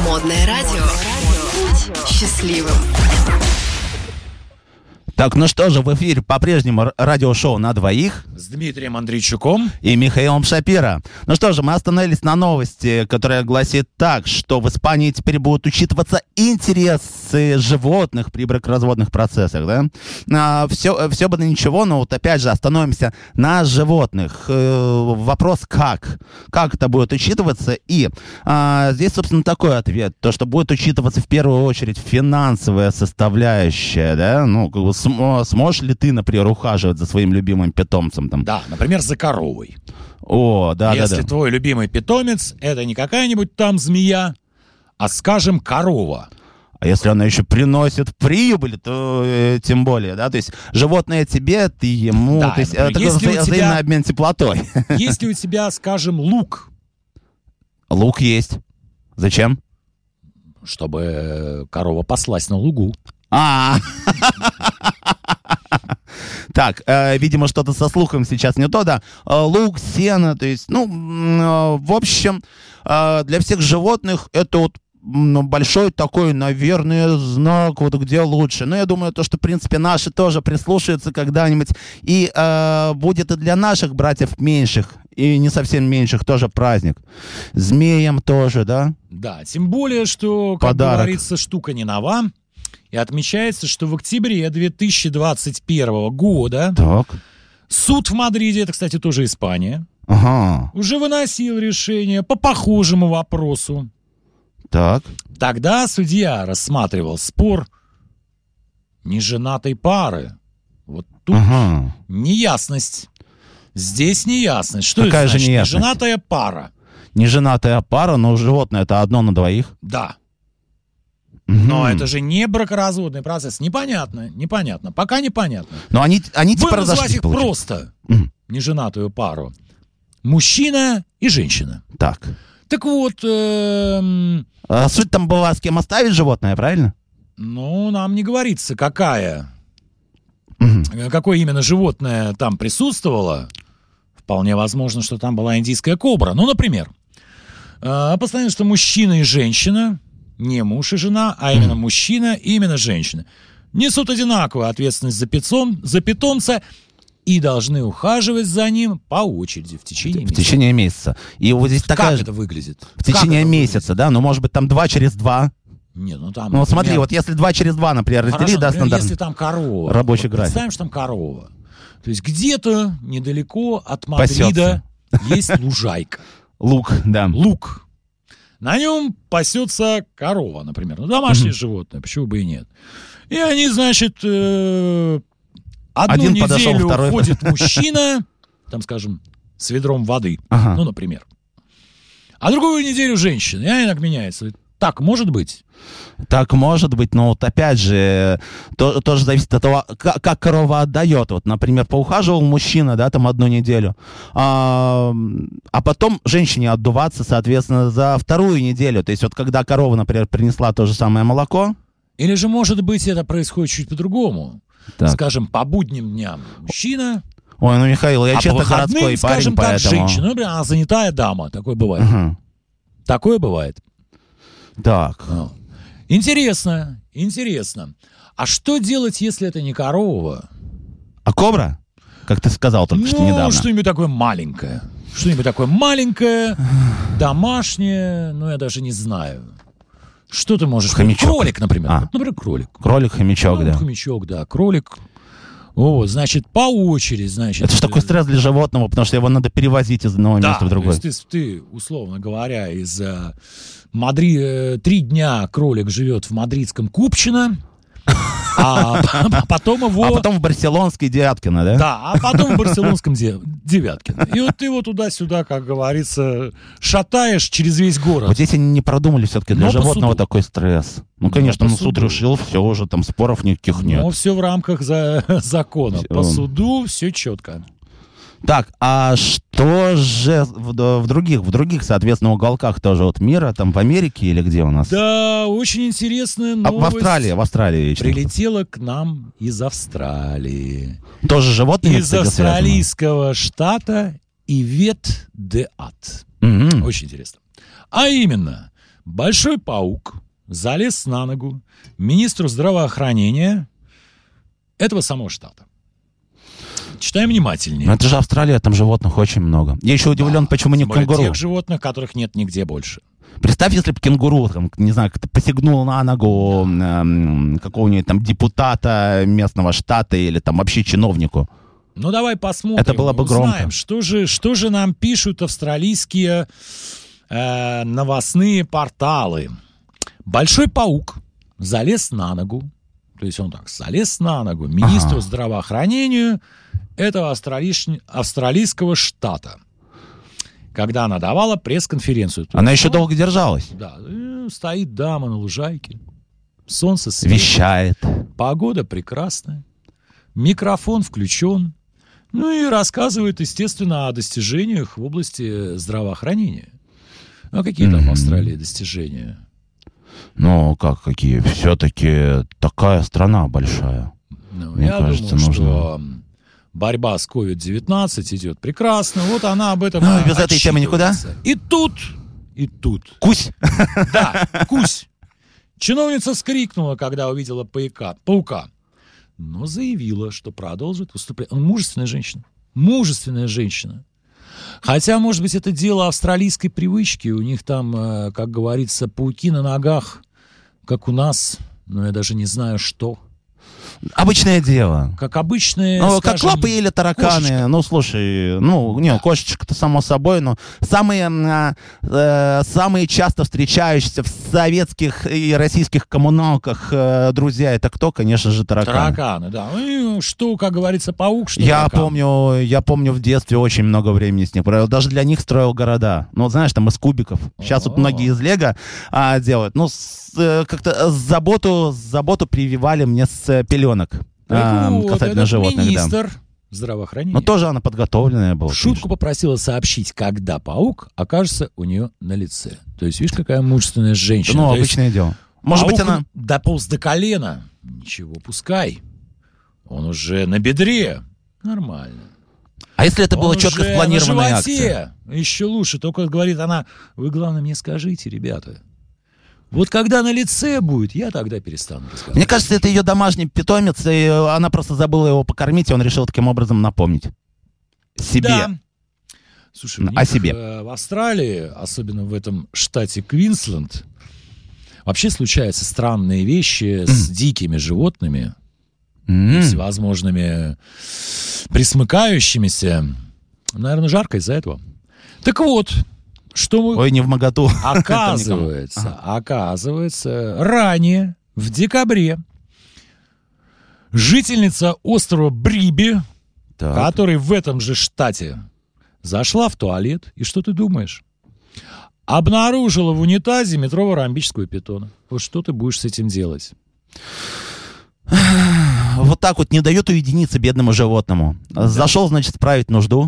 Модное радио. Будь счастливым. Так, ну что же, в эфире по-прежнему радиошоу «На двоих» с Дмитрием Андрейчуком и Михаилом Шапиро. Ну что же, мы остановились на новости, которая гласит так, что в Испании теперь будут учитываться интересы животных при бракоразводных процессах, да? Все бы ничего, но вот опять же остановимся на животных. Вопрос как? Как это будет учитываться? И здесь, собственно, такой ответ. То, что будет учитываться в первую очередь финансовая составляющая, да? Ну, сможешь ли ты, например, ухаживать за своим любимым питомцем? Там? Да, например, за коровой. О, да, Если да. твой любимый питомец, это не какая-нибудь там змея, а, скажем, корова. А если она еще приносит прибыль, то тем более, да? То есть животное тебе, ты ему. Да, то есть например, это если у взаимный тебя- обмен теплотой. Если у тебя, скажем, лук, Лук есть. Зачем? чтобы корова паслась на лугу. Так, видимо, что-то со слухом сейчас не то, да. Лук, сено, то есть, в общем, для всех животных это вот большой такой, наверное, знак, вот где лучше. Но я думаю, то, что, в принципе, наши тоже прислушаются когда-нибудь. И будет и для наших братьев меньших, и не совсем меньших тоже праздник. Змеям тоже, да? Да, тем более, что, как Подарок. говорится, штука не нова. И отмечается, что в октябре 2021 года Так. суд в Мадриде, это, кстати, тоже Испания, Ага. уже выносил решение по похожему вопросу. Так. Тогда судья рассматривал спор неженатой пары. Вот тут Ага. неясность. Здесь неясность. Что Какая это же значит? неясность? Неженатая пара. Неженатая пара, но животное это одно на двоих. Да. Мгм. Но это же не бракоразводный процесс. Непонятно. Пока непонятно. Но они типа Будем называть разошлись, их получается. просто Мгм. неженатую пару. Мужчина и женщина. Так. Так вот, Суть там была, с кем оставить животное, правильно? нам не говорится, какое Мгм. именно животное там присутствовало. Вполне возможно, что там была индийская кобра. Ну, например, постоянно, что мужчина и женщина, не муж и жена, а именно мужчина и именно женщина, несут одинаковую ответственность за питомца и должны ухаживать за ним по очереди в течение В месяца. течение месяца. И вот здесь такая Как же... это выглядит? В течение Как это месяца, да? Ну, может быть, там 2 через 2. выглядит? Не, там, Ну, вот смотри, например, вот если 2 через 2, например, раздели, хорошо, да, например, стандартно. если там корова. Рабочий Вот график. Представим, что там корова. То есть где-то недалеко от Мадрида есть лужайка. Лук, да. Лук. На нем пасется корова, например. Ну, домашнее животное, почему бы и нет. И они, значит, одну Один подошел, неделю второй- ходит мужчина, там, скажем, с ведром воды, Ага. ну, например. А другую неделю женщина, и они так меняются. Так может быть? Так может быть, но вот опять же, тоже зависит от того, как корова отдает. Вот, например, поухаживал мужчина, да, там 1 неделю, а потом женщине отдуваться, соответственно, за 2 неделю. То есть вот когда корова, например, принесла то же самое молоко. Или же, может быть, это происходит чуть по-другому? Так. Скажем, по будним дням мужчина, Ой, ну, Михаил, я а по честно выходным, городской парень, скажем так, поэтому... женщина. Ну, например, она занятая дама. Такое бывает. Ага. Такое бывает. Так. Интересно. А что делать, если это не корова? А кобра? Как ты сказал только что недавно. Что-нибудь такое маленькое. Домашнее, я даже не знаю. Что ты можешь... Хомячок. Кролик, например. А. Вот, например, кролик. Кролик, хомячок, да. Хомячок, да. Кролик. Вот, значит, по очереди, значит... Это же такой стресс для животного, потому что его надо перевозить из одного места в другое. То есть ты, условно говоря, из 3 дня кролик живет в мадридском Купчино, а потом его... А потом в барселонской Девяткино, да? Да, а потом в барселонском Девяткино. И вот ты его туда-сюда, как говорится, шатаешь через весь город. Вот здесь они не продумали все-таки для Но по животного суду. такой стресс. Ну, конечно, по суд суду. решил, все уже, там споров никаких нет. Но все в рамках закона. Всё. По суду все четко. Так, а что же в других, соответственно, уголках тоже вот мира, там в Америке или где у нас? Да, очень интересная А, новость. в Австралии вечно. Прилетела к нам из Австралии. Тоже животные, Из австралийского штата Ивет-де-Ат. Мгм. Очень интересно. А именно, Большой паук залез на ногу министру здравоохранения этого самого штата. Читаем внимательнее. Но это же Австралия, там животных очень много. Я еще удивлен, почему не тем более кенгуру. тех животных, которых нет нигде больше. Представь, если бы кенгуру, там, не знаю, как-то посягнул на ногу какого-нибудь там депутата местного штата или там вообще чиновнику. Ну, давай посмотрим. Это было бы узнаем, громко. что же нам пишут австралийские новостные порталы. Большой паук залез на ногу. То есть он так залез на ногу министру здравоохранения этого австралийского штата, когда она давала пресс-конференцию. Она еще долго держалась. Да, стоит дама на лужайке, солнце светит, Вещает. погода прекрасная, микрофон включен, ну и рассказывает, естественно, о достижениях в области здравоохранения. А какие там в Австралии достижения? Ну, какие? Все-таки такая страна большая. Ну, Мне я кажется, думаю, нужно. что борьба с COVID-19 идет прекрасно. Вот она об этом Без этой темы никуда? отчитывается. И тут. Кусь. Да, кусь. Чиновница вскрикнула, когда увидела паука. Но заявила, что продолжит выступление. Мужественная женщина. Мужественная женщина. Хотя, может быть, это дело австралийской привычки. У них там, как говорится, пауки на ногах, как у нас. Но я даже не знаю, что. Обычное дело. Как обычные, Ну, как скажем, лапы или тараканы. кошечка. Ну, слушай, кошечка-то само собой, но самые часто встречающиеся в советских и российских коммуналках друзья, это кто? Конечно же, тараканы. Тараканы, да. Ну, и что, как говорится, паук, что Я таракан. помню в детстве очень много времени с них провел. Даже для них строил города. Ну, вот знаешь, там из кубиков. Сейчас вот многие из лего делают. Ну, как-то заботу прививали мне с пеленок. Касательно этот животных, министр здравоохранения Но тоже она подготовленная была. в шутку попросила сообщить, когда паук окажется у нее на лице. То есть, видишь, какая мужественная женщина. Ну, То есть, обычное дело. Может быть, паук она... дополз до колена. Ничего, пускай. Он уже на бедре. Нормально. А если это было Он четко уже спланированная на акция? животе. Еще лучше. Только, говорит она, вы, главное, мне скажите, ребята. Вот когда на лице будет, я тогда перестану рассказывать. Мне кажется, это ее домашний питомец, и она просто забыла его покормить, и он решил таким образом напомнить себе. Да. Слушай, у О них, себе. в Австралии, особенно в этом штате Квинсленд, вообще случаются странные вещи с дикими животными, всевозможными присмыкающимися. Наверное, жарко из-за этого. Так вот, что мы... Ой, не вмоготу. Оказывается, ранее, в декабре, жительница острова Бриби, Так. который в этом же штате, зашла в туалет, и что ты думаешь? Обнаружила в унитазе метрового ромбического питона. Вот что ты будешь с этим делать? Вот так вот не дают уединиться бедному животному. Зашел, значит, справить нужду.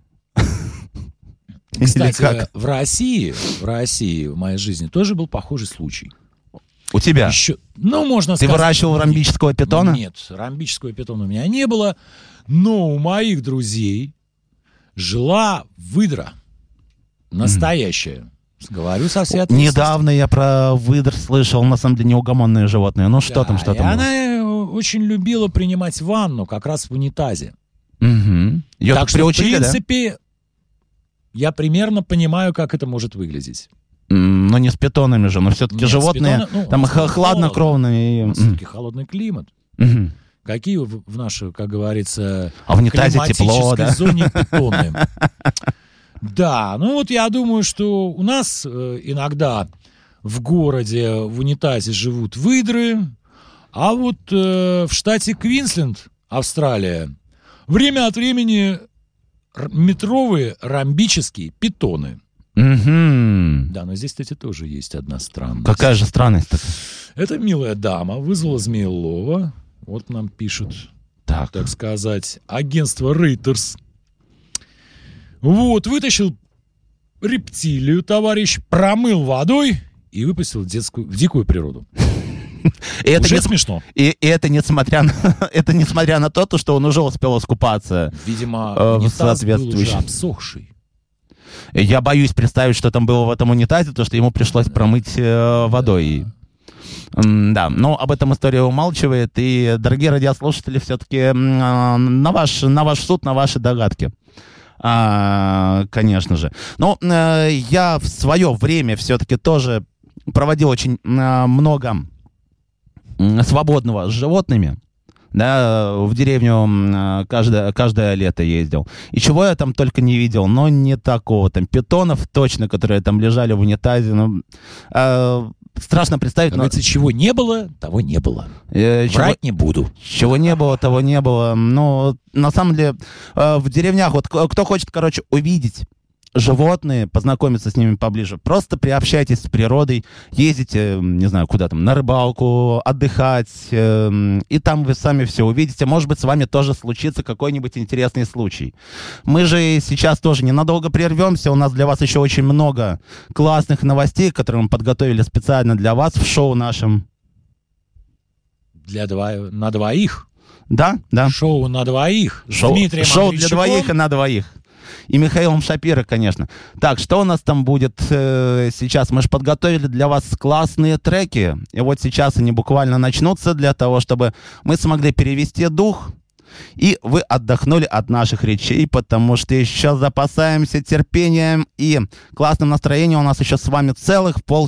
Или Кстати, как? в России, в моей жизни тоже был похожий случай. У тебя? Еще, можно Ты сказать... выращивал ромбического питона? Нет, ромбического питона у меня не было, но у моих друзей жила выдра. Настоящая. Говорю со всей ответственностью. Недавно я про выдр слышал, на самом деле, неугомонные животные. Ну, что там, что и там было? она очень любила принимать ванну как раз в унитазе. Ее Так так что, приучили, в да? принципе, я примерно понимаю, как это может выглядеть. Но не с питонами же, но все-таки Нет, с животные питона- там холодно. хладнокровные. Все-таки холодный климат. Мгм. Какие в нашей, как говорится, А в унитазе тепло, климатической да? зоне питоны. Да, я думаю, что у нас иногда в городе в унитазе живут выдры, а вот в штате Квинсленд, Австралия, время от времени метровые ромбические питоны. Мгм. Да, но здесь, кстати, тоже есть одна странность. Какая же странность такая? Эта милая дама вызвала Змеелова. Вот нам пишут, Так. так сказать, агентство Reuters. Вот, вытащил рептилию, товарищ, промыл водой и выпустил в дикую природу. И это, Уже не- смешно. и это несмотря на то, что он уже успел искупаться. Видимо, в унитаз был уже соответствующем. обсохший. Я боюсь представить, что там было в этом унитазе, то, что ему пришлось промыть водой. Да, но об этом история умалчивает. И, дорогие радиослушатели, все-таки на ваш суд, на ваши догадки. Конечно же. Но я в свое время все-таки тоже проводил очень много свободного с животными. Да, в деревню каждое лето ездил. И чего я там только не видел, но не такого. Там питонов точно, которые там лежали в унитазе. Ну, страшно представить. Но... чего не было, того не было. Врать не буду. Чего не было, того не было. Но на самом деле в деревнях, вот кто хочет, короче, увидеть животные, познакомиться с ними поближе, просто приобщайтесь с природой, ездите, не знаю, куда там, на рыбалку, отдыхать, и там вы сами все увидите. Может быть, с вами тоже случится какой-нибудь интересный случай. Мы же сейчас тоже ненадолго прервемся, у нас для вас еще очень много классных новостей, которые мы подготовили специально для вас в шоу нашем. На двоих? Да. Шоу на двоих. Шоу для двоих и на двоих. И Михаилом Шапиро, конечно. Так, что у нас там будет сейчас? Мы же подготовили для вас классные треки. И вот сейчас они буквально начнутся для того, чтобы мы смогли перевести дух. И вы отдохнули от наших речей, потому что еще запасаемся терпением и классным настроением. У нас еще с вами целых полчаса.